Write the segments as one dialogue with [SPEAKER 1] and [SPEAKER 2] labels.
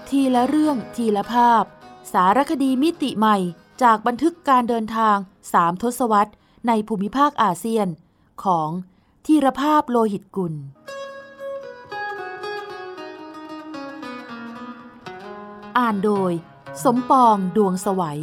[SPEAKER 1] ทีละเรื่องทีละภาพสารคดีมิติใหม่จากบันทึกการเดินทาง3ทศวรรษในภูมิภาคอาเซียนของธีรภาพโลหิตกุลอ่านโดยสมปองดวงไสว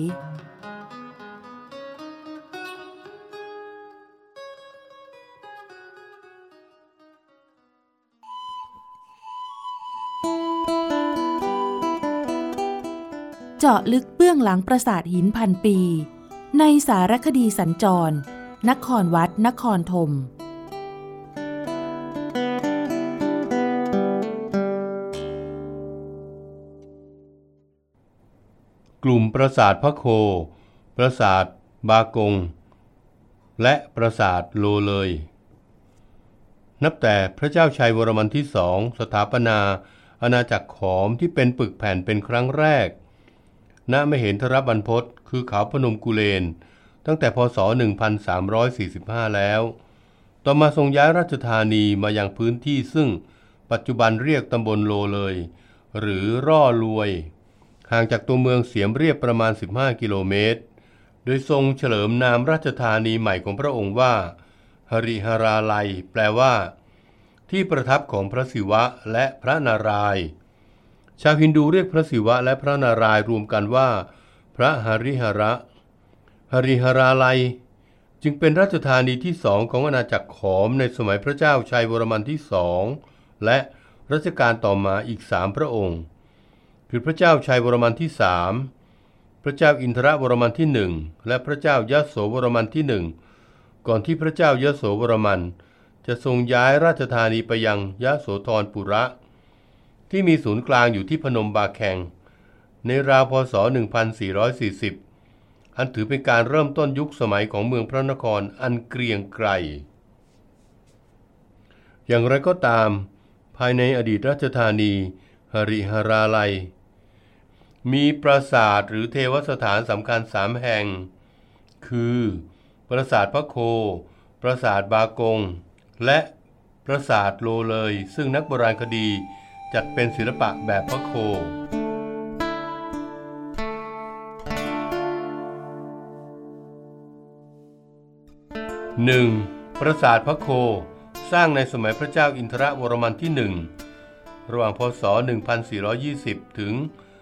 [SPEAKER 1] เจาะลึกเบื้องหลังปราสาทหินพันปีในสารคดีสัญจรนครวัดนครธม
[SPEAKER 2] กลุ่มปราสาทพระโคปราสาทบากงและปราสาทโลเลยนับแต่พระเจ้าชัยวรมันที่2สถาปนาอาณาจักรขอมที่เป็นปึกแผ่นเป็นครั้งแรกณมเหนทรบรรพตคือเขาพนมกุเลนตั้งแต่พศ1345แล้วต่อมาทรงย้ายราชธานีมายังพื้นที่ซึ่งปัจจุบันเรียกตำบลโลเลยหรือร่อลวยห่างจากตัวเมืองเสียมเรียบประมาณ15กิโลเมตรโดยทรงเฉลิมนามราชธานีใหม่ของพระองค์ว่าหริหราลัยแปลว่าที่ประทับของพระศิวะและพระนารายณ์ชาวฮินดูเรียกพระศิวะและพระนารายณ์รวมกันว่าพระหริหระหริหราลัยจึงเป็นราชธานีที่2ของอาณาจักรขอมในสมัยพระเจ้าชัยวรมันที่2และรัชกาลต่อมาอีก3พระองค์คือพระเจ้าชัยวรมันที่3พระเจ้าอินทรวรมันที่1และพระเจ้ายโสวรมันที่1ก่อนที่พระเจ้ายโสวรมันจะทรงย้ายราชธานีไปยังยโสธรปุระที่มีศูนย์กลางอยู่ที่พนมบาแคงในราวพ.ศ. 1440อันถือเป็นการเริ่มต้นยุคสมัยของเมืองพระนครอันเกรียงไกรอย่างไรก็ตามภายในอดีตราชธานีหริหราลัยมีปราสาทหรือเทวสถานสำคัญ3แห่งคือปราสาทพระโคปราสาทบากงและปราสาทโลเลยซึ่งนักโบราณคดีจัดเป็นศิลปะแบบพระโค 1. ปราสาทพระโคสร้างในสมัยพระเจ้าอินทรวรมันที่1ระหว่างพ.ศ. 1420 ถึง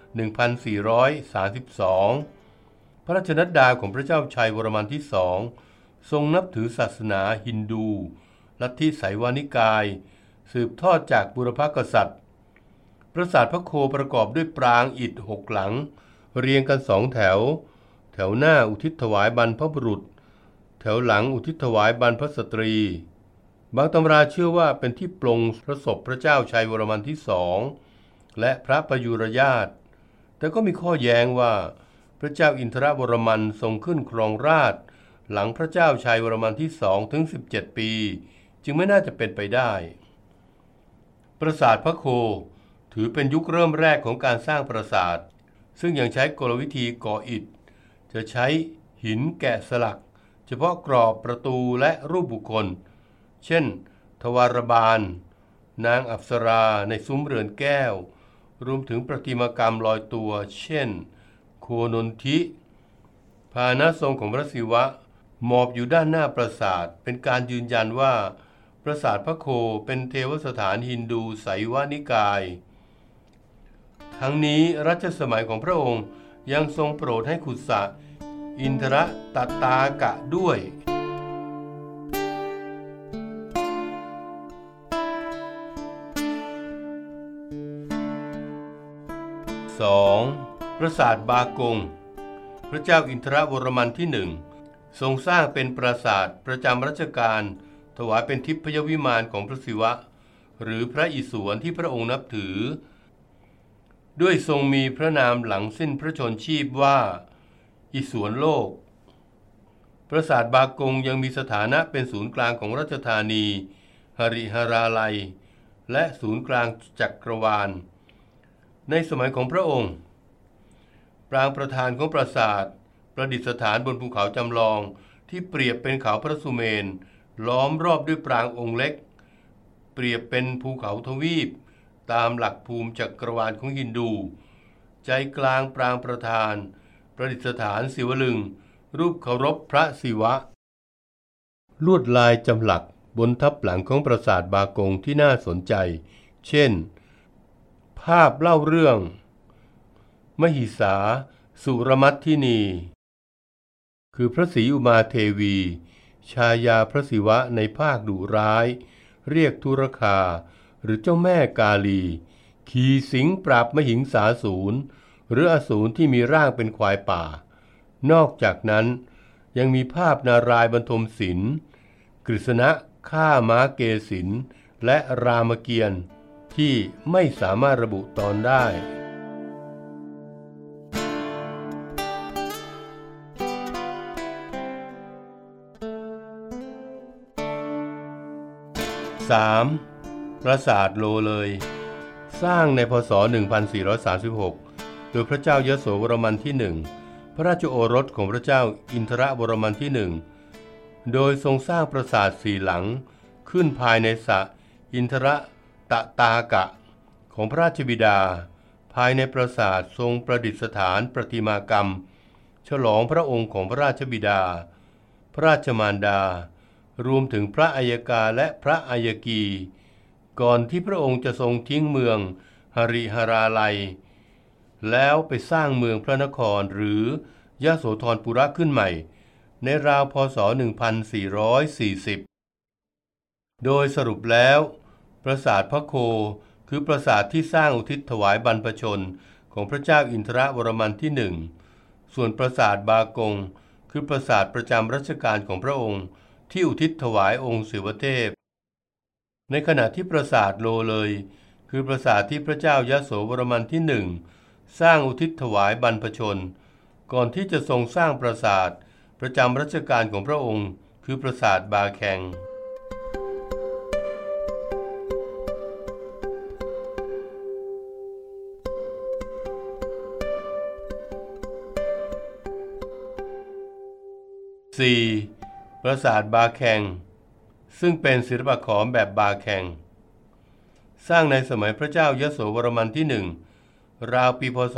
[SPEAKER 2] 1432 พระราชนัดดาของพระเจ้าชัยวรมันที่2ทรงนับถือศาสนาฮินดูลัทธิไสยวานิกายสืบทอดจากบุรพกษัตริย์ปราสาทพระโคประกอบด้วยปรางอิฐ6หลังเรียงกัน2แถวแถวหน้าอุทิศถวายบรรพบุรุษแถวหลังอุทิศถวายบรรพสตรีบางตำราเชื่อว่าเป็นที่ปลงพระศพพระเจ้าชัยวรมันที่2และพระประยุรญาติแต่ก็มีข้อแย้งว่าพระเจ้าอินทรวรมันทรงขึ้นครองราชย์หลังพระเจ้าชัยวรมันที่2ถึง17ปีจึงไม่น่าจะเป็นไปได้ปราสาทพระโคถือเป็นยุคเริ่มแรกของการสร้างปราสาทซึ่งยังใช้กลวิธีก่ออิฐจะใช้หินแกะสลักเฉพาะกรอบประตูและรูปบุคคลเช่นทวารบาลนางอัปสราในซุ้มเรือนแก้วรวมถึงประติมากรรมลอยตัวเช่นโคนนทิพาหนะทรงของพระศิวะหมอบอยู่ด้านหน้าปราสาทเป็นการยืนยันว่าปราสาทพระโคเป็นเทวสถานฮินดูไสยวานิกายทั้งนี้รัชสมัยของพระองค์ยังทรงโปรดให้ขุดสระอินทรตตากะด้วย 2. ปราสาทบากงพระเจ้าอินทรวรมันที่1ทรงสร้างเป็นปราสาทประจำรัชกาลถวายเป็นทิพยวิมานของพระศิวะหรือพระอิศวรที่พระองค์นับถือด้วยทรงมีพระนามหลังสิ้นพระชนชีพว่าอิศวรโลกปราสาทบากงยังมีสถานะเป็นศูนย์กลางของราชธานีหริหราลัยและศูนย์กลางจักรวาลในสมัยของพระองค์ปรางประธานของปราสาทประดิษฐานบนภูเขาจำลองที่เปรียบเป็นเขาพระสุเมนล้อมรอบด้วยปรางองค์เล็กเปรียบเป็นภูเขาทวีปตามหลักภูมิจักรวาลของฮินดูใจกลางปรางประธานประดิษฐานศิวลึงรูปเคารพพระศิวะลวดลายจำหลักบนทับหลังของปราสาทบากงที่น่าสนใจเช่นภาพเล่าเรื่องมหิสาสุรมัตถินีคือพระศรีอุมาเทวีชายาพระศิวะในภาคดุร้ายเรียกธุรคาหรือเจ้าแม่กาลีขี่สิงปราบมหิงสาสูรหรืออสูรที่มีร่างเป็นควายป่านอกจากนั้นยังมีภาพนารายณ์บรรทมศิลป์กฤษณะฆ่าม้าเกศินและรามเกียรติ์ที่ไม่สามารถระบุตอนได้3. ปราสาทโลเลยสร้างในพ.ศ. 1436 โดยพระเจ้ายโสวรมันที่1พระราชโอรสของพระเจ้าอินทรวรมันที่1โดยทรงสร้างปราสาท4หลังขึ้นภายในสระอินทรตตากะของพระราชบิดาภายในปราสาททรงประดิษฐานประติมากรรมฉลองพระองค์ของพระราชบิดาพระราชมารดารวมถึงพระอัยกาและพระอัยกีก่อนที่พระองค์จะทรงทิ้งเมืองหริหราลัยแล้วไปสร้างเมืองพระนครหรือยโสธรปุระขึ้นใหม่ในราวพ.ศ. 1440 โดยสรุปแล้วปราสาทพระโคคือปราสาทที่สร้างอุทิศถวายบรรพชนของพระเจ้าอินทรวรมันที่1ส่วนปราสาทบากงคือปราสาทประจำรัชกาลของพระองค์ที่อุทิศถวายองค์ศิวเทพในขณะที่ปราสาทโลเลยคือปราสาทที่พระเจ้ายโสวรมันที่1สร้างอุทิศถวายบรรพชนก่อนที่จะทรงสร้างปราสาทประจำรัชกาลของพระองค์คือปราสาทบาแคง4. ปราสาทบาแคงซึ่งเป็นศิลปะขอมแบบบาแคงสร้างในสมัยพระเจ้ายโสวรมันที่1ราวปีพ.ศ.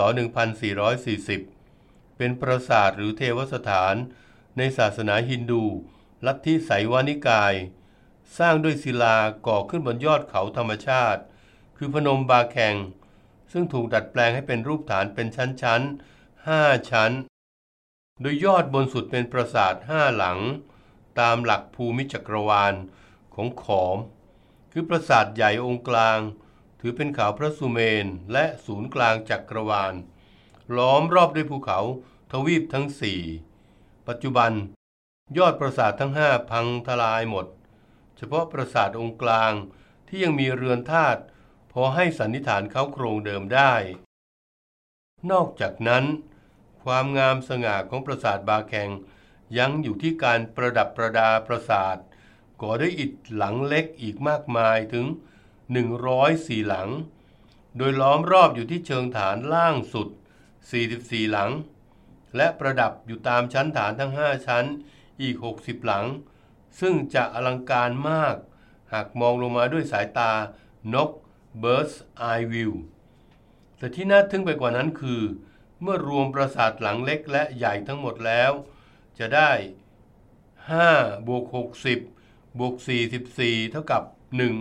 [SPEAKER 2] 1440เป็นปราสาทหรือเทวสถานในศาสนาฮินดูลัทธิไสยวานิกายสร้างด้วยศิลาก่อขึ้นบนยอดเขาธรรมชาติคือพนมบาแคงซึ่งถูกดัดแปลงให้เป็นรูปฐานเป็นชั้นๆ5ชั้นโดยยอดบนสุดเป็นปราสาท5หลังตามหลักภูมิจักรวาลของขอมคือปราสาทใหญ่องค์กลางถือเป็นเขาพระสุเมนและศูนย์กลางจักรวาลล้อมรอบด้วยภูเขาทวีปทั้ง4ปัจจุบันยอดปราสาททั้ง5พังทลายหมดเฉพาะปราสาทองค์กลางที่ยังมีเรือนธาตุพอให้สันนิษฐานเขาโครงเดิมได้นอกจากนั้นความงามสง่าของปราสาทบาแคงยังอยู่ที่การประดับประดาปราสาทก่อด้วยอิฐหลังเล็กอีกมากมายถึง104หลังโดยล้อมรอบอยู่ที่เชิงฐานล่างสุด44หลังและประดับอยู่ตามชั้นฐานทั้ง5ชั้นอีก60หลังซึ่งจะอลังการมากหากมองลงมาด้วยสายตานก Bird's Eye View แต่ที่น่าทึ่งไปกว่านั้นคือเมื่อรวมปราสาทหลังเล็กและใหญ่ทั้งหมดแล้วจะได้5 + 60 + 44เท่ากับ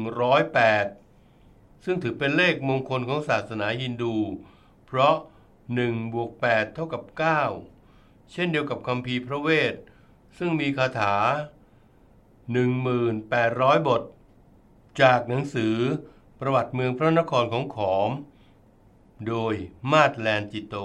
[SPEAKER 2] 108ซึ่งถือเป็นเลขมงคลของศาสนาฮินดูเพราะ1 + 8เท่ากับ9เช่นเดียวกับคัมภีร์พระเวทซึ่งมีคาถา 1800 บทจากหนังสือประวัติเมืองพระนครของขอมโดยมาดแลนจิโต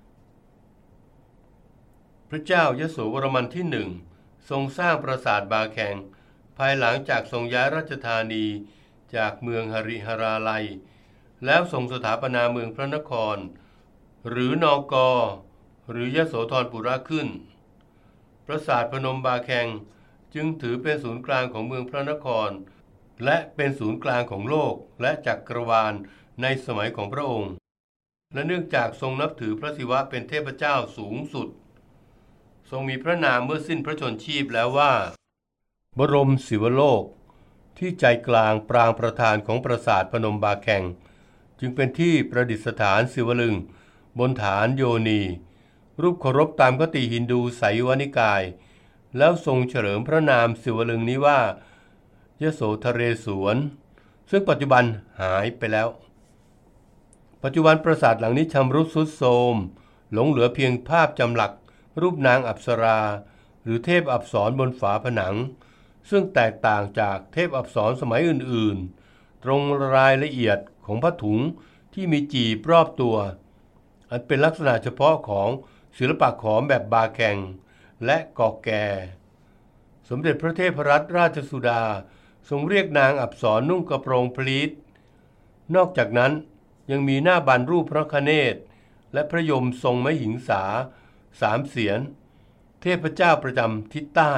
[SPEAKER 2] พระเจ้ายโสวรมันที่1ทรงสร้างปราสาทบาแคงภายหลังจากทรงย้ายราชธานีจากเมืองหริหราลัยแล้วทรงสถาปนาเมืองพระนครหรือนก.หรือยโสธรปุระขึ้นปราสาทพนมบาแคงจึงถือเป็นศูนย์กลางของเมืองพระนครและเป็นศูนย์กลางของโลกและจักรวาลในสมัยของพระองค์และเนื่องจากทรงนับถือพระศิวะเป็นเทพเจ้าสูงสุดทรงมีพระนามเมื่อสิ้นพระชนชีพแล้วว่าบรมศิวโลกที่ใจกลางปรางประธานของปราสาทพนมบาแคงจึงเป็นที่ประดิษฐานศิวลึงบนฐานโยนีรูปเคารพตามคติฮินดูไสยวนิกายแล้วทรงเฉลิมพระนามศิวลึงนี้ว่ายโสธเรศวรซึ่งปัจจุบันหายไปแล้วปัจจุบันปราสาทหลังนี้ชำรุดทรุดโทรมหลงเหลือเพียงภาพจำหลักรูปนางอัปสราหรือเทพอัปสรบนฝาผนังซึ่งแตกต่างจากเทพอัปสรสมัยอื่นๆตรงรายละเอียดของผ้าถุงที่มีจีบรอบตัวอันเป็นลักษณะเฉพาะของศิลปะขอมแบบบาแข่งและกอกแก่สมเด็จพระเทพรัตนราชสุดาทรงเรียกนางอัปสรนุ่งกระโปรงพลีษนอกจากนั้นยังมีหน้าบันรูปพระคเนศและพระยมทรงมหิงสา3 เสียรเทพเจ้าประจำทิศใต้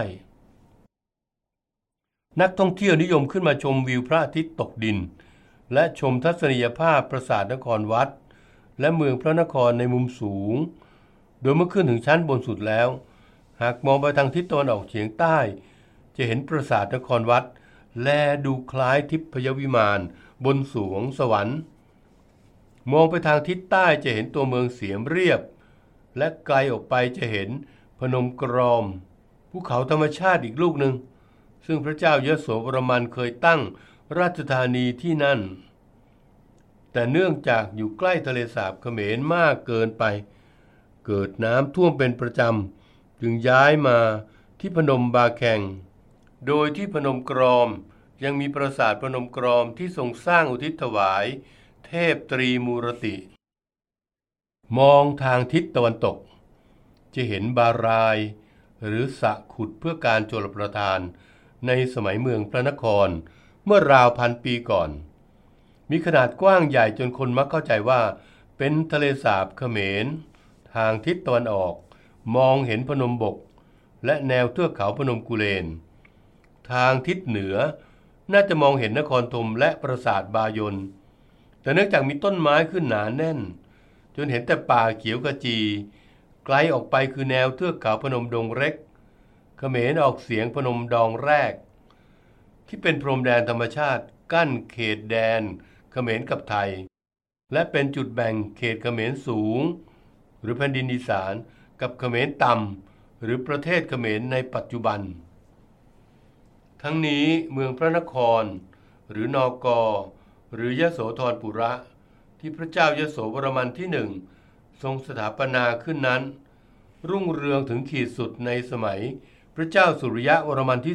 [SPEAKER 2] นักท่องเที่ยวนิยมขึ้นมาชมวิวพระอาทิตย์ตกดินและชมทัศนียภาพปราสาทนครวัดและเมืองพระนครในมุมสูงโดยเมื่อขึ้นถึงชั้นบนสุดแล้วหากมองไปทางทิศตะวันออกเฉียงใต้จะเห็นปราสาทนครวัดแลดูคล้ายทิพยวิมานบนสวงสวรรค์มองไปทางทิศใต้จะเห็นตัวเมืองเสียมเรียบและไกลออกไปจะเห็นพนมกรอมภูเขาธรรมชาติอีกลูกหนึ่งซึ่งพระเจ้ายโสวรมันเคยตั้งราชธานีที่นั่นแต่เนื่องจากอยู่ใกล้ทะเลสาบเขมรมากเกินไปเกิดน้ำท่วมเป็นประจำจึงย้ายมาที่พนมบาแข่งโดยที่พนมกรอมยังมีปราสาทพนมกรอมที่ทรงสร้างอุทิศถวายเทพตรีมูรติมองทางทิศตะวันตกจะเห็นบารายหรือสระขุดเพื่อการชลประทานในสมัยเมืองพระนครเมื่อราว1,000 ปีก่อนมีขนาดกว้างใหญ่จนคนมักเข้าใจว่าเป็นทะเลสาบเขมรทางทิศตะวันออกมองเห็นพนมบกและแนวเทือกเขาพนมกุเลนทางทิศเหนือน่าจะมองเห็นนครธมและปราสาทบายนแต่เนื่องจากมีต้นไม้ขึ้นหนาแน่นจนเห็นแต่ป่าเขียวขจีไกลออกไปคือแนวเทือกเขาพนมดงเล็กเขมรออกเสียงพนมดองแรกที่เป็นพรมแดนธรรมชาติกั้นเขตแดนเขมรกับไทยและเป็นจุดแบ่งเขตเขมรสูงหรือแผ่นดินอีสานกับเขมรต่ำหรือประเทศเขมรในปัจจุบันทั้งนี้เมืองพระนครหรือนก.หรือยโสธรปุระที่พระเจ้ายโสวรมันที่1ทรงสถาปนาขึ้นนั้นรุ่งเรืองถึงขีดสุดในสมัยพระเจ้าสุริยะวรมันที่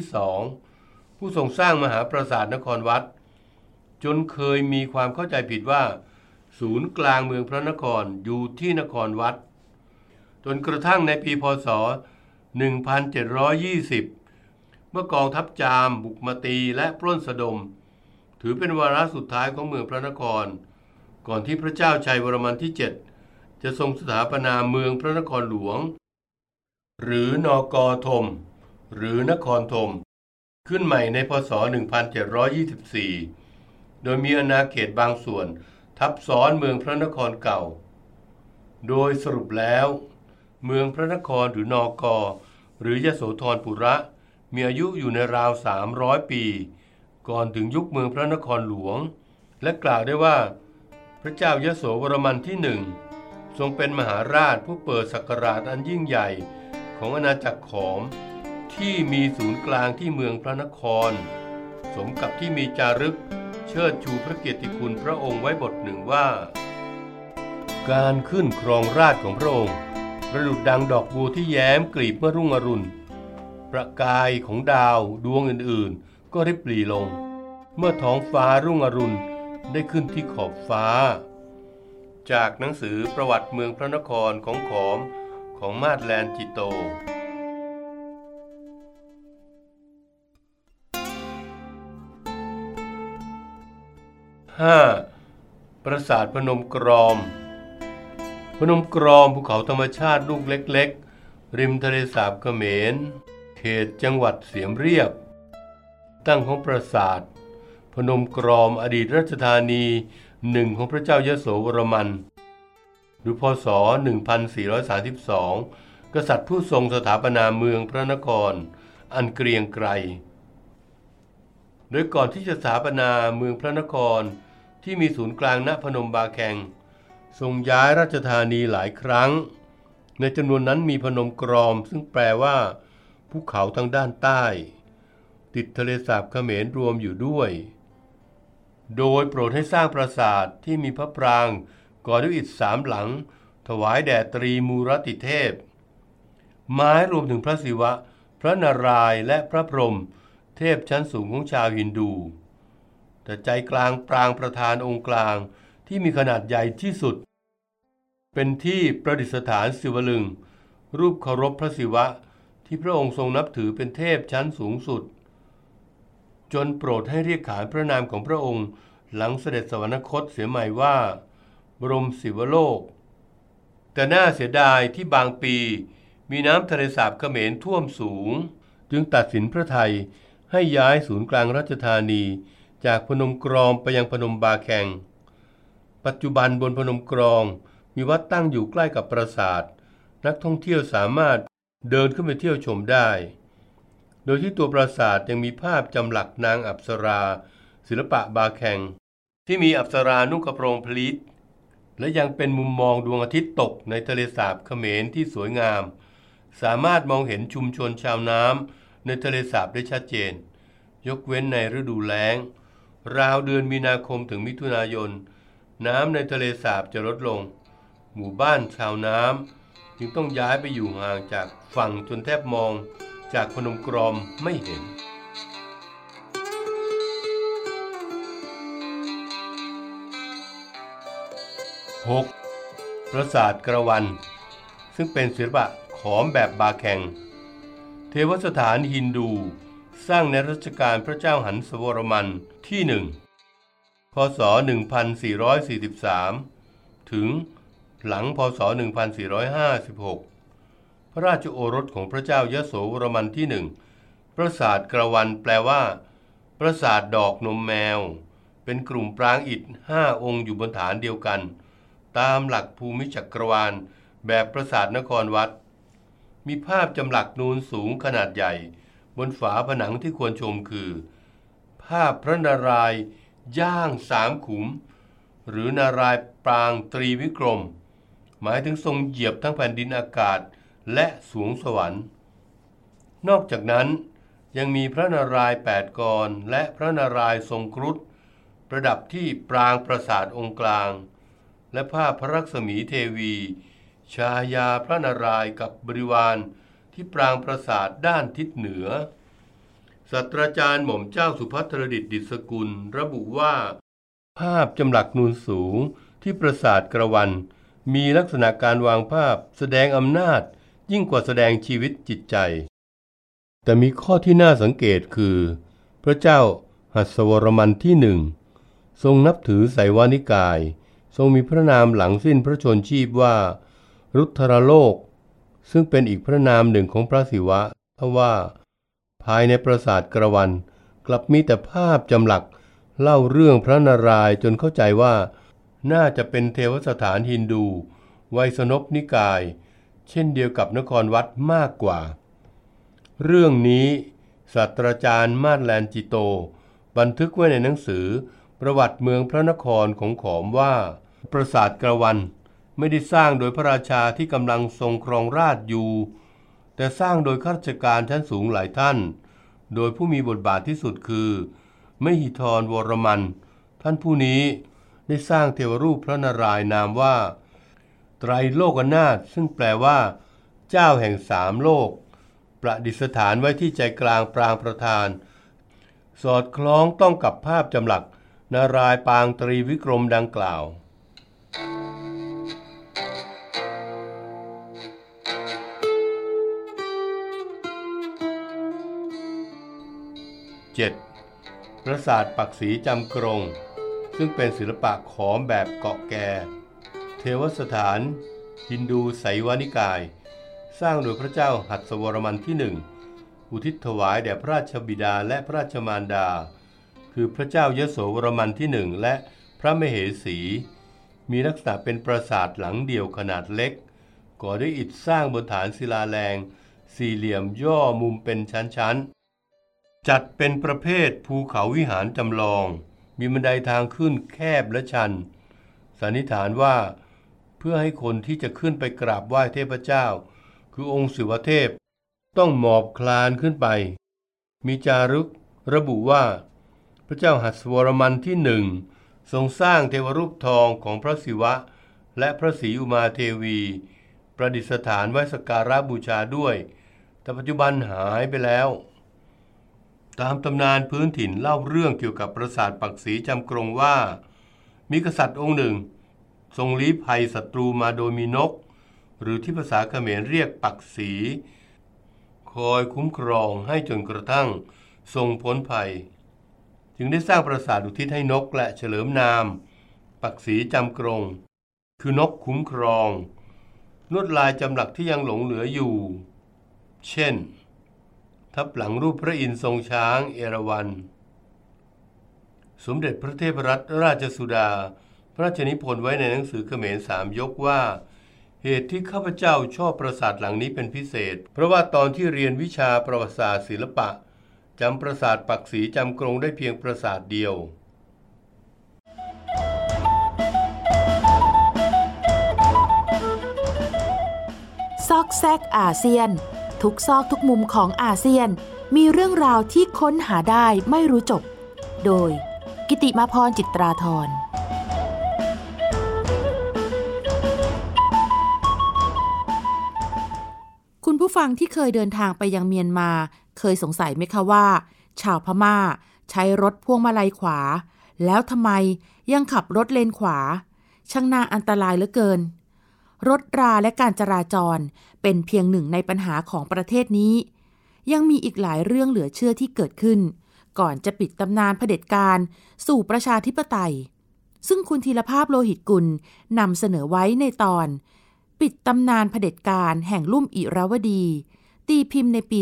[SPEAKER 2] 2ผู้ทรงสร้างมหาปราสาทนครวัดจนเคยมีความเข้าใจผิดว่าศูนย์กลางเมืองพระนครอยู่ที่นครวัดจนกระทั่งในปีพ.ศ. 1720เมื่อกองทัพจามบุกมาตีและปล้นสะดมถือเป็นวาระสุดท้ายของเมืองพระนครก่อนที่พระเจ้าชัยวรมันที่7จะทรงสถาปนาเมืองพระนครหลวงหรือนก.ธมหรือนครธมขึ้นใหม่ในพ.ศ. 1724โดยมีอาณาเขตบางส่วนทับซ้อนเมืองพระนครเก่าโดยสรุปแล้วเมืองพระนครหรือนก.หรือยโสธรปุระมีอายุอยู่ในราว300 ปีก่อนถึงยุคเมืองพระนครหลวงและกล่าวได้ว่าพระเจ้ายโสวรมันที่1ทรงเป็นมหาราชผู้เปิดศักราชอันยิ่งใหญ่ของอาณาจักรขอมที่มีศูนย์กลางที่เมืองพระนครสมกับที่มีจารึกเชิดชูพระเกียรติคุณพระองค์ไว้บทหนึ่งว่าการขึ้นครองราชย์ของพระองค์ประดุจดังดอกบัวที่แย้มกลีบเมื่อรุ่งอรุณประกายของดาวดวงอื่นๆก็ริบหรี่ลงเมื่อท้องฟ้ารุ่งอรุณได้ขึ้นที่ขอบฟ้าจากหนังสือประวัติเมืองพระนครของขอมของมาดแลนจิโต 5. ปราสาทพนมกรอมพนมกรอมภูเขาธรรมชาติลูกเล็กๆริมทะเลสาบเขมรเขตจังหวัดเสียมเรียบตั้งของปราสาทพนมกรอมอดีตราชธานี1ของพระเจ้ายโสวรมันหรือพ.ศ. 1432กษัตริย์ผู้ทรงสถาปนาเมืองพระนครอันเกรียงไกรโดยก่อนที่จะสถาปนาเมืองพระนครที่มีศูนย์กลางณพนมบาแข่งทรงย้ายราชธานีหลายครั้งในจำนวนนั้นมีพนมกรอมซึ่งแปลว่าภูเขาทางด้านใต้ติดทะเลสาบเขมรรวมอยู่ด้วยโดยโปรดให้สร้างปราสาทที่มีพระปรางก่อด้วยอิฐ3 หลังถวายแด่ตรีมูรติเทพไม้รวมถึงพระศิวะพระนารายณ์และพระพรหมเทพชั้นสูงของชาวฮินดูแต่ใจกลางปรางประธานองค์กลางที่มีขนาดใหญ่ที่สุดเป็นที่ประดิษฐานศิวลึงรูปเคารพพระศิวะที่พระองค์ทรงนับถือเป็นเทพชั้นสูงสุดจนโปรดให้เรียกขานพระนามของพระองค์หลังเสด็จสวรรคตเสียใหม่ว่าบรมศิวโลกแต่น่าเสียดายที่บางปีมีน้ำทะเลสาบเขมรท่วมสูงจึงตัดสินพระทัยให้ย้ายศูนย์กลางราชธานีจากพนมกรองไปยังพนมบาแคงปัจจุบันบนพนมกรองมีวัดตั้งอยู่ใกล้กับปราสาทนักท่องเที่ยวสามารถเดินขึ้นไปเที่ยวชมได้โดยที่ตัวปราสาทยังมีภาพจำหลักนางอัปสราศิลปะบาแคงที่มีอัปสรานุ่งกระโปรงพลีทและยังเป็นมุมมองดวงอาทิตย์ตกในทะเลสาบเขมรที่สวยงามสามารถมองเห็นชุมชนชาวน้ำในทะเลสาบได้ชัดเจนยกเว้นในฤดูแล้งราวเดือนมีนาคมถึงมิถุนายนน้ำในทะเลสาบจะลดลงหมู่บ้านชาวน้ำจึงต้องย้ายไปอยู่ห่างจากฝั่งจนแทบมองจากพนมกรอมไม่เห็น6. ปราสาทกระวันซึ่งเป็นศิลปะขอมแบบบาแคงเทวสถานฮินดูสร้างในรัชกาลพระเจ้าหันสวรมันที่1พศ1443ถึงหลังพศ1456พระราชโอรสของพระเจ้ายโสวรมันที่1ปราสาทกระวันแปลว่าปราสาทดอกนมแมวเป็นกลุ่มปรางอิฐ5 องค์อยู่บนฐานเดียวกันตามหลักภูมิจักรวาลแบบปราสาทนครวัดมีภาพจำหลักนูนสูงขนาดใหญ่บนฝาผนังที่ควรชมคือภาพพระนารายณ์ย่าง3 ขุมหรือนารายณ์ปรางตรีวิกรมหมายถึงทรงเหยียบทั้งแผ่นดินอากาศและสวงสวรรค์นอกจากนั้นยังมีพระนารายณ์8 กรและพระนารายณ์ทรงครุฑประดับที่ปรางปราสาทองค์กลางและภาพพระลักษมีเทวีชายาพระนารายณ์กับบริวารที่ปรางปราสาทด้านทิศเหนือศาสตราจารย์หม่อมเจ้าสุภัทรดิษฐ์ดิษกุลระบุว่าภาพจำหลักนูนสูงที่ปราสาทกระวันมีลักษณะการวางภาพแสดงอำนาจยิ่งกว่าแสดงชีวิตจิตใจแต่มีข้อที่น่าสังเกตคือพระเจ้าหัสวรมันที่1ทรงนับถือไสยวานิกายทรงมีพระนามหลังสิ้นพระชนชีพว่ารุทรโลกซึ่งเป็นอีกพระนามหนึ่งของพระศิวะทว่าภายในปราสาทกระวันกลับมีแต่ภาพจำหลักเล่าเรื่องพระนารายณ์จนเข้าใจว่าน่าจะเป็นเทวสถานฮินดูไวยสนพนิกายเช่นเดียวกับนครวัดมากกว่าเรื่องนี้ศาสตราจารย์มาดแลนจิโตบันทึกไว้ในหนังสือประวัติเมืองพระนครของขอมว่าปราสาทกระวันไม่ได้สร้างโดยพระราชาที่กำลังทรงครองราชย์อยู่แต่สร้างโดยข้าราชการชั้นสูงหลายท่านโดยผู้มีบทบาทที่สุดคือมหิธรวรมันท่านผู้นี้ได้สร้างเทวรูปพระนารายณ์นามว่าไตรโลกนาถซึ่งแปลว่าเจ้าแห่ง3 โลกประดิษฐานไว้ที่ใจกลางปรางประธานสอดคล้องต้องกับภาพจำหลักนารายณ์ปางตรีวิกรมดังกล่าว7. ปราสาทปักศรีจำกรงซึ่งเป็นศิลปะขอมแบบเกาะแก่เทวสถานฮินดูไสยวานิกายสร้างโดยพระเจ้าหัสวรมันที่1อุทิศถวายแด่พระราชบิดาและพระราชมารดาคือพระเจ้ายโสวรมันที่1และพระมเหสีมีลักษณะเป็นปราสาทหลังเดี่ยวขนาดเล็กก่อด้วยอิฐสร้างบนฐานศิลาแรงสี่เหลี่ยมย่อมุมเป็นชั้นๆจัดเป็นประเภทภูเขาวิหารจำลองมีบันไดทางขึ้นแคบและชันสันนิษฐานว่าพื่อให้คนที่จะขึ้นไปกราบไหว้เทพเจ้าคือองค์ศิวเทพต้องหมอบคลานขึ้นไปมีจารึกระบุว่าพระเจ้าหัสวรมันที่หนึ่งทรงสร้างเทวรูปทองของพระศิวะและพระศรีอุมาเทวีประดิษฐานไว้สักการะบูชาด้วยแต่ปัจจุบันหายไปแล้วตามตำนานพื้นถิ่นเล่าเรื่องเกี่ยวกับปราสาทปักศรีจำกรงว่ามีกษัตริย์องค์หนึ่งทรงลี้ภัยศัตรูมาโดยมีนกหรือที่ภาษาเขมรเรียกปักศรีคอยคุ้มครองให้จนกระทั่งทรงพ้นภัยจึงได้สร้างปราสาทอุทิศให้นกและเฉลิมนามปักศรีจำกรงคือนกคุ้มครองลวดลายจำหลักที่ยังหลงเหลืออยู่เช่นทับหลังรูปพระอินทร์ทรงช้างเอราวัณสมเด็จพระเทพรัตนราชสุดาพระราชนิพนธ์ไว้ในหนังสือเขมร3 ยกว่าเหตุที่ข้าพเจ้าชอบปราสาทหลังนี้เป็นพิเศษเพราะว่าตอนที่เรียนวิชาประวัติศาสตร์ศิลปะจำปราสาทปักศรีจำกรงได้เพียงปราสาทเดียว
[SPEAKER 1] ซอกแซกอาเซียนทุกซอกทุกมุมของอาเซียนมีเรื่องราวที่ค้นหาได้ไม่รู้จบโดยกิติมาพรจิตราธรคุณผู้ฟังที่เคยเดินทางไปยังเมียนมาเคยสงสัยไหมคะว่าชาวพม่าใช้รถพวงมาลัยขวาแล้วทำไมยังขับรถเลนขวาช่างน่าอันตรายเหลือเกินรถราและการจราจรเป็นเพียงหนึ่งในปัญหาของประเทศนี้ยังมีอีกหลายเรื่องเหลือเชื่อที่เกิดขึ้นก่อนจะปิดตำนานเผด็จการสู่ประชาธิปไตยซึ่งคุณธีรภาพโลหิตกุลนำเสนอไว้ในตอนปิดตำนานเผด็จการแห่งลุ่มอิราวดีตีพิมพ์ในปี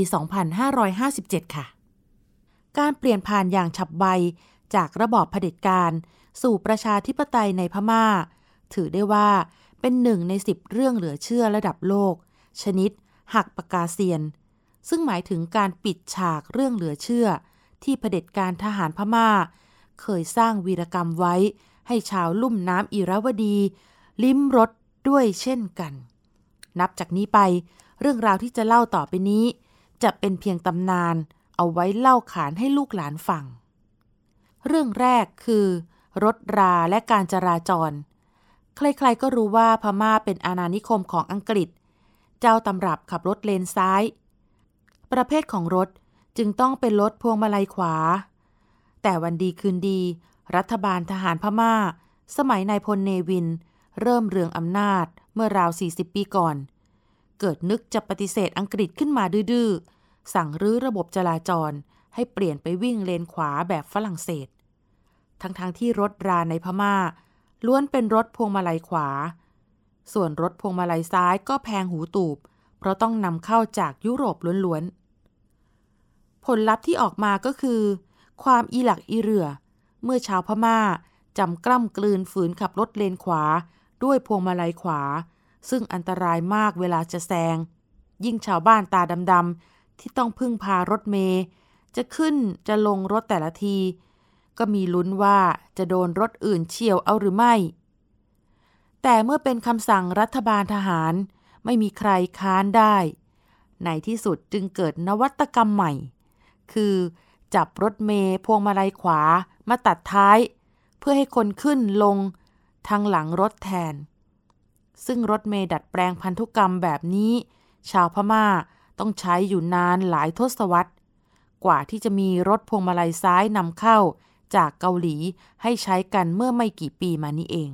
[SPEAKER 1] 2557 ค่ะการเปลี่ยนผ่านอย่างฉับไวจากระบอบเผด็จการสู่ประชาธิปไตยในพม่าถือได้ว่าเป็นหนึ่งใน10เรื่องเหลือเชื่อระดับโลกชนิดหักปากกาเซียนซึ่งหมายถึงการปิดฉากเรื่องเหลือเชื่อที่เผด็จการทหารพม่าเคยสร้างวีรกรรมไว้ให้ชาวลุ่มน้ำอิราวดีลิ้มรสด้วยเช่นกันนับจากนี้ไปเรื่องราวที่จะเล่าต่อไปนี้จะเป็นเพียงตำนานเอาไว้เล่าขานให้ลูกหลานฟังเรื่องแรกคือรถราและการจราจรใครๆก็รู้ว่าพม่าเป็นอาณานิคมของอังกฤษเจ้าตำรับขับรถเลนซ้ายประเภทของรถจึงต้องเป็นรถพวงมาลัยขวาแต่วันดีคืนดีรัฐบาลทหารพม่าสมัยนายพลเนวินเริ่มเรืองอำนาจเมื่อราว40 ปีก่อนเกิดนึกจะปฏิเสธอังกฤษขึ้นมาดื้อๆสั่งรื้อระบบจราจรให้เปลี่ยนไปวิ่งเลนขวาแบบฝรั่งเศสทั้งที่รถราในพม่าล้วนเป็นรถพวงมาลัยขวาส่วนรถพวงมาลัยซ้ายก็แพงหูตูบเพราะต้องนำเข้าจากยุโรปล้วนๆผลลัพธ์ที่ออกมาก็คือความอีหลักอีเหลื่อเมื่อชาวพม่าจำกล้ำกลืนฝืนขับรถเลนขวาด้วยพวงมาลัยขวาซึ่งอันตรายมากเวลาจะแซงยิ่งชาวบ้านตาดำๆที่ต้องพึ่งพารถเมล์จะขึ้นจะลงรถแต่ละทีก็มีลุ้นว่าจะโดนรถอื่นเฉี่ยวเอาหรือไม่แต่เมื่อเป็นคำสั่งรัฐบาลทหารไม่มีใครค้านได้ในที่สุดจึงเกิดนวัตกรรมใหม่คือจับรถเมล์พวงมาลัยขวามาตัดท้ายเพื่อให้คนขึ้นลงทางหลังรถแทนซึ่งรถเมล์ดัดแปลงพันธุกรรมแบบนี้ชาวพม่าต้องใช้อยู่นานหลายทศวรรษกว่าที่จะมีรถพวงมาลัยซ้ายนำเข้าจากเกาหลีให้ใช้กันเมื่อไม่กี่ปีมานี้เอง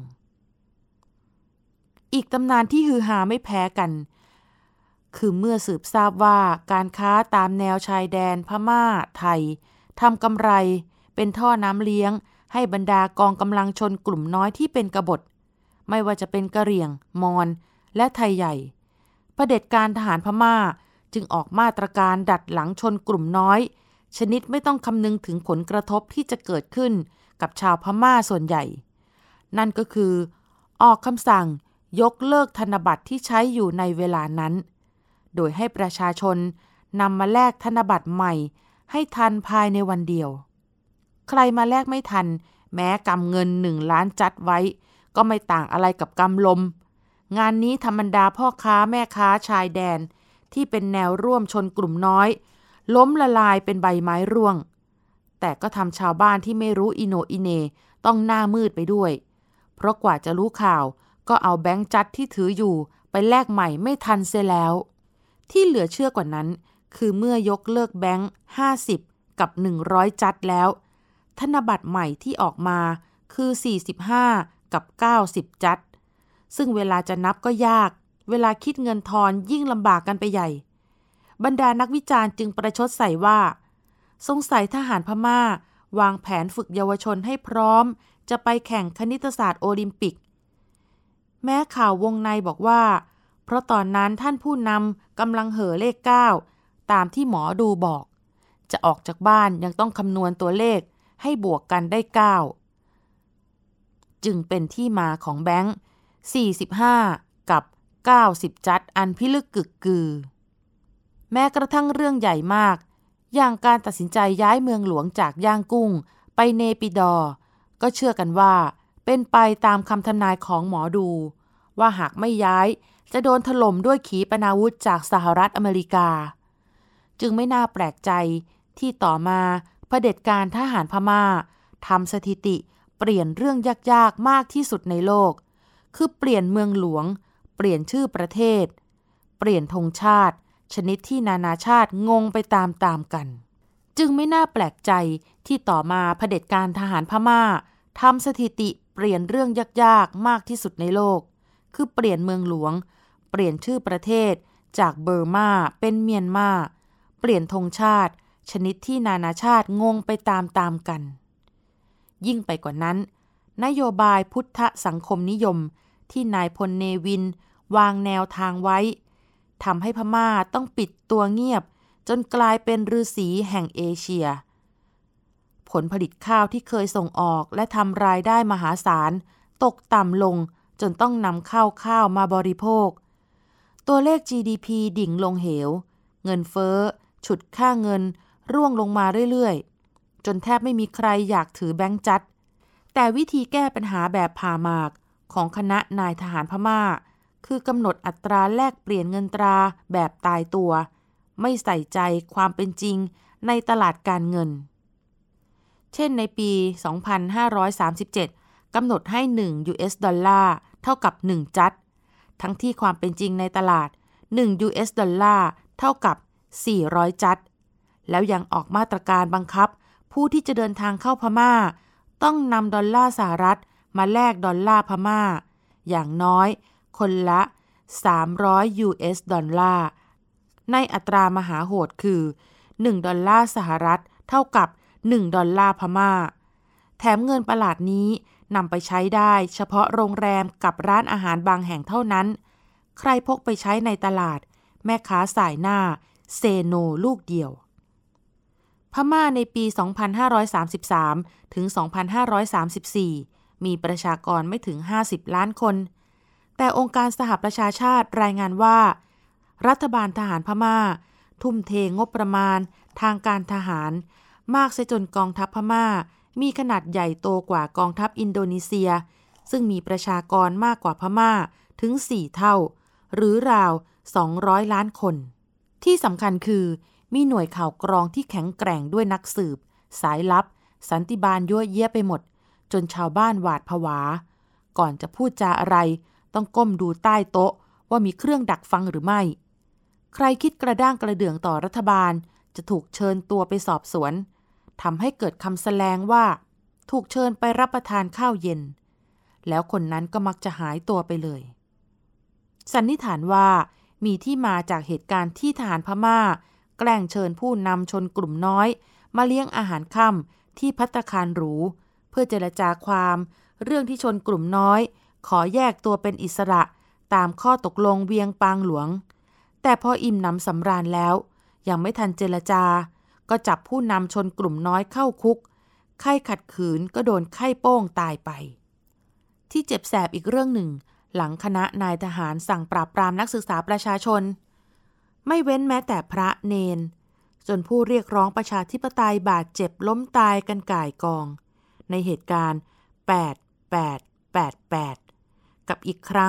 [SPEAKER 1] อีกตำนานที่ฮือฮาไม่แพ้กันคือเมื่อสืบทราบว่าการค้าตามแนวชายแดนพม่าไทยทำกำไรเป็นท่อน้ำเลี้ยงให้บรรดากองกำลังชนกลุ่มน้อยที่เป็นกบฏไม่ว่าจะเป็นกะเหรี่ยงมอญและไทยใหญ่เผด็จการทหารพม่าจึงออกมาตรการดัดหลังชนกลุ่มน้อยชนิดไม่ต้องคำนึงถึงผลกระทบที่จะเกิดขึ้นกับชาวพม่าส่วนใหญ่นั่นก็คือออกคำสั่งยกเลิกธนบัตรที่ใช้อยู่ในเวลานั้นโดยให้ประชาชนนำมาแลกธนบัตรใหม่ให้ทันภายในวันเดียวใครมาแลกไม่ทันแม้กำเงิน1 ล้านจัดไว้ก็ไม่ต่างอะไรกับกำลมงานนี้ธรรมดาพ่อค้าแม่ค้าชายแดนที่เป็นแนวร่วมชนกลุ่มน้อยล้มละลายเป็นใบไม้ร่วงแต่ก็ทำชาวบ้านที่ไม่รู้อิโหนอิเหน่ต้องหน้ามืดไปด้วยเพราะกว่าจะรู้ข่าวก็เอาแบงค์จัดที่ถืออยู่ไปแลกใหม่ไม่ทันเสียแล้วที่เหลือเชื่อกว่านั้นคือเมื่อยกเลิกแบงค์50กับ100จัดแล้วธนบัตรใหม่ที่ออกมาคือ45กับ90จัดซึ่งเวลาจะนับก็ยากเวลาคิดเงินทอนยิ่งลำบากกันไปใหญ่บรรดานักวิจารณ์จึงประชดใส่ว่าสงสัยทหารพม่าวางแผนฝึกเยาวชนให้พร้อมจะไปแข่งคณิตศาสตร์โอลิมปิกแม้ข่าววงในบอกว่าเพราะตอนนั้นท่านผู้นำกำลังเห่อเลข9ตามที่หมอดูบอกจะออกจากบ้านยังต้องคำนวณตัวเลขให้บวกกันได้9จึงเป็นที่มาของแบงค์45กับ90จัดอันพิลึกกึกกือแม้กระทั่งเรื่องใหญ่มากอย่างการตัดสินใจย้ายเมืองหลวงจากย่างกุ้งไปเนปิดอร์ก็เชื่อกันว่าเป็นไปตามคำทำนายของหมอดูว่าหากไม่ย้ายจะโดนถล่มด้วยขีปนาวุธจากสหรัฐอเมริกาจึงไม่น่าแปลกใจที่ต่อมาเผด็จการทหารพม่าทำสถิติเปลี่ยนเรื่องยากๆมากที่สุดในโลกคือเปลี่ยนเมืองหลวงเปลี่ยนชื่อประเทศเปลี่ยนธงชาติชนิดที่นานาชาติงงไปตามกันจึงไม่น่าแปลกใจที่ต่อมาเผด็จการทหารพม่าทำสถิติเปลี่ยนเรื่องยากๆมากที่สุดในโลกคือเปลี่ยนเมืองหลวงเปลี่ยนชื่อประเทศจากเบอร์มาเป็นเมียนมาเปลี่ยนธงชาติชนิดที่นานาชาติงงไปตามกันยิ่งไปกว่านั้นนโยบายพุทธสังคมนิยมที่นายพลเนวินวางแนวทางไว้ทำให้พม่าต้องปิดตัวเงียบจนกลายเป็นฤาษีแห่งเอเชียผลผลิตข้าวที่เคยส่งออกและทำรายได้มหาศาลตกต่ำลงจนต้องนำข้าวมาบริโภคตัวเลข GDP ดิ่งลงเหวเงินเฟ้อฉุดค่าเงินร่วงลงมาเรื่อยๆจนแทบไม่มีใครอยากถือแบงค์จัดแต่วิธีแก้ปัญหาแบบผ่าหมากของคณะนายทหารพม่าคือกำหนดอัตราแลกเปลี่ยนเงินตราแบบตายตัวไม่ใส่ใจความเป็นจริงในตลาดการเงินเช่นในปี 2537 กำหนดให้1 US ดอลลาร์เท่ากับ1จัดทั้งที่ความเป็นจริงในตลาด1 US ดอลลาร์เท่ากับ400จัดแล้วยังออกมาตรการบังคับผู้ที่จะเดินทางเข้าพม่าต้องนำดอลลาร์สหรัฐมาแลกดอลลาร์พม่าอย่างน้อยคนละ300 US ดอลลาร์ในอัตรามหาโหดคือ1ดอลลาร์สหรัฐเท่ากับ1ดอลลาร์พม่าแถมเงินประหลาดนี้นำไปใช้ได้เฉพาะโรงแรมกับร้านอาหารบางแห่งเท่านั้นใครพกไปใช้ในตลาดแม่ค้าสายหน้าเซโนลูกเดียวพม่าในปี 2533 ถึง 2534 มีประชากรไม่ถึง50ล้านคนแต่องค์การสหประชาชาติรายงานว่ารัฐบาลทหารพม่าทุ่มเทงบประมาณทางการทหารมากเสียจนกองทัพพม่ามีขนาดใหญ่โตกว่ากองทัพอินโดนีเซียซึ่งมีประชากรมากกว่าพม่าถึง4เท่าหรือราว200ล้านคนที่สำคัญคือมีหน่วยข่าวกรองที่แข็งแกร่งด้วยนักสืบสายลับสันติบาลยั่วเยี้ยไปหมดจนชาวบ้านหวาดผวาก่อนจะพูดจาอะไรต้องก้มดูใต้โต๊ะว่ามีเครื่องดักฟังหรือไม่ใครคิดกระด้างกระเดื่องต่อรัฐบาลจะถูกเชิญตัวไปสอบสวนทำให้เกิดคำแสลงว่าถูกเชิญไปรับประทานข้าวเย็นแล้วคนนั้นก็มักจะหายตัวไปเลยสันนิษฐานว่ามีที่มาจากเหตุการณ์ที่ทหารพม่าแกล้งเชิญผู้นำชนกลุ่มน้อยมาเลี้ยงอาหารค่ำที่ภัตตาคารหรูเพื่อเจรจาความเรื่องที่ชนกลุ่มน้อยขอแยกตัวเป็นอิสระตามข้อตกลงเวียงปางหลวงแต่พออิ่มหนำสำราญแล้วยังไม่ทันเจรจาก็จับผู้นำชนกลุ่มน้อยเข้าคุกใครขัดขืนก็โดนไข้โป้งตายไปที่เจ็บแสบอีกเรื่องหนึ่งหลังคณะนายทหารสั่งปราบปรามนักศึกษาประชาชนไม่เว้นแม้แต่พระเนนจนผู้เรียกร้องประชาธิปไตยบาดเจ็บล้มตายกันก่ายกองในเหตุการณ์8888กับอีกครั้ง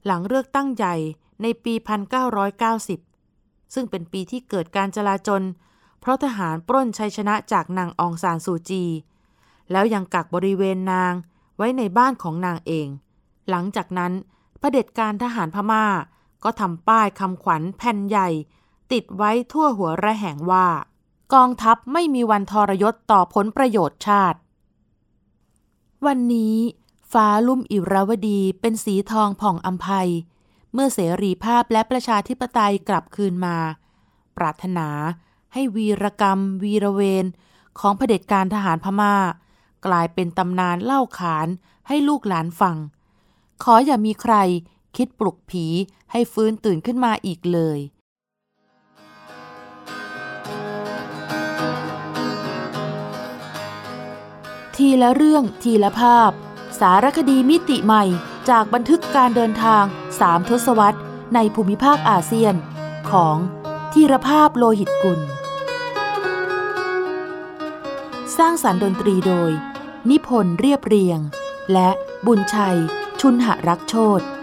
[SPEAKER 1] หลังเลือกตั้งใหญ่ในปี 1990 ซึ่งเป็นปีที่เกิดการจลาจลเพราะทหารปล้นชัยชนะจากนางองซานซูจี แล้วยังกักบริเวณนางไว้ในบ้านของนางเอง หลังจากนั้นเผด็จการทหารพม่าก็ทำป้ายคำขวัญแผ่นใหญ่ติดไว้ทั่วหัวระแหงว่ากองทัพไม่มีวันทรยศต่อผลประโยชน์ชาติวันนี้ฟ้าลุ่มอิราวดีเป็นสีทองผ่องอำไพเมื่อเสรีภาพและประชาธิปไตยกลับคืนมาปรารถนาให้วีรกรรมวีรเวรของเผด็จการทหารพม่ากลายเป็นตำนานเล่าขานให้ลูกหลานฟังขออย่ามีใครคิดปลุกผีให้ฟื้นตื่นขึ้นมาอีกเลยทีละเรื่องทีละภาพสารคดีมิติใหม่จากบันทึกการเดินทาง3 ทศวรรษในภูมิภาคอาเซียนของธีรภาพโลหิตกุลสร้างสรรค์ดนตรีโดยนิพนธ์เรียบเรียงและบุญชัยชุนหรักโชติ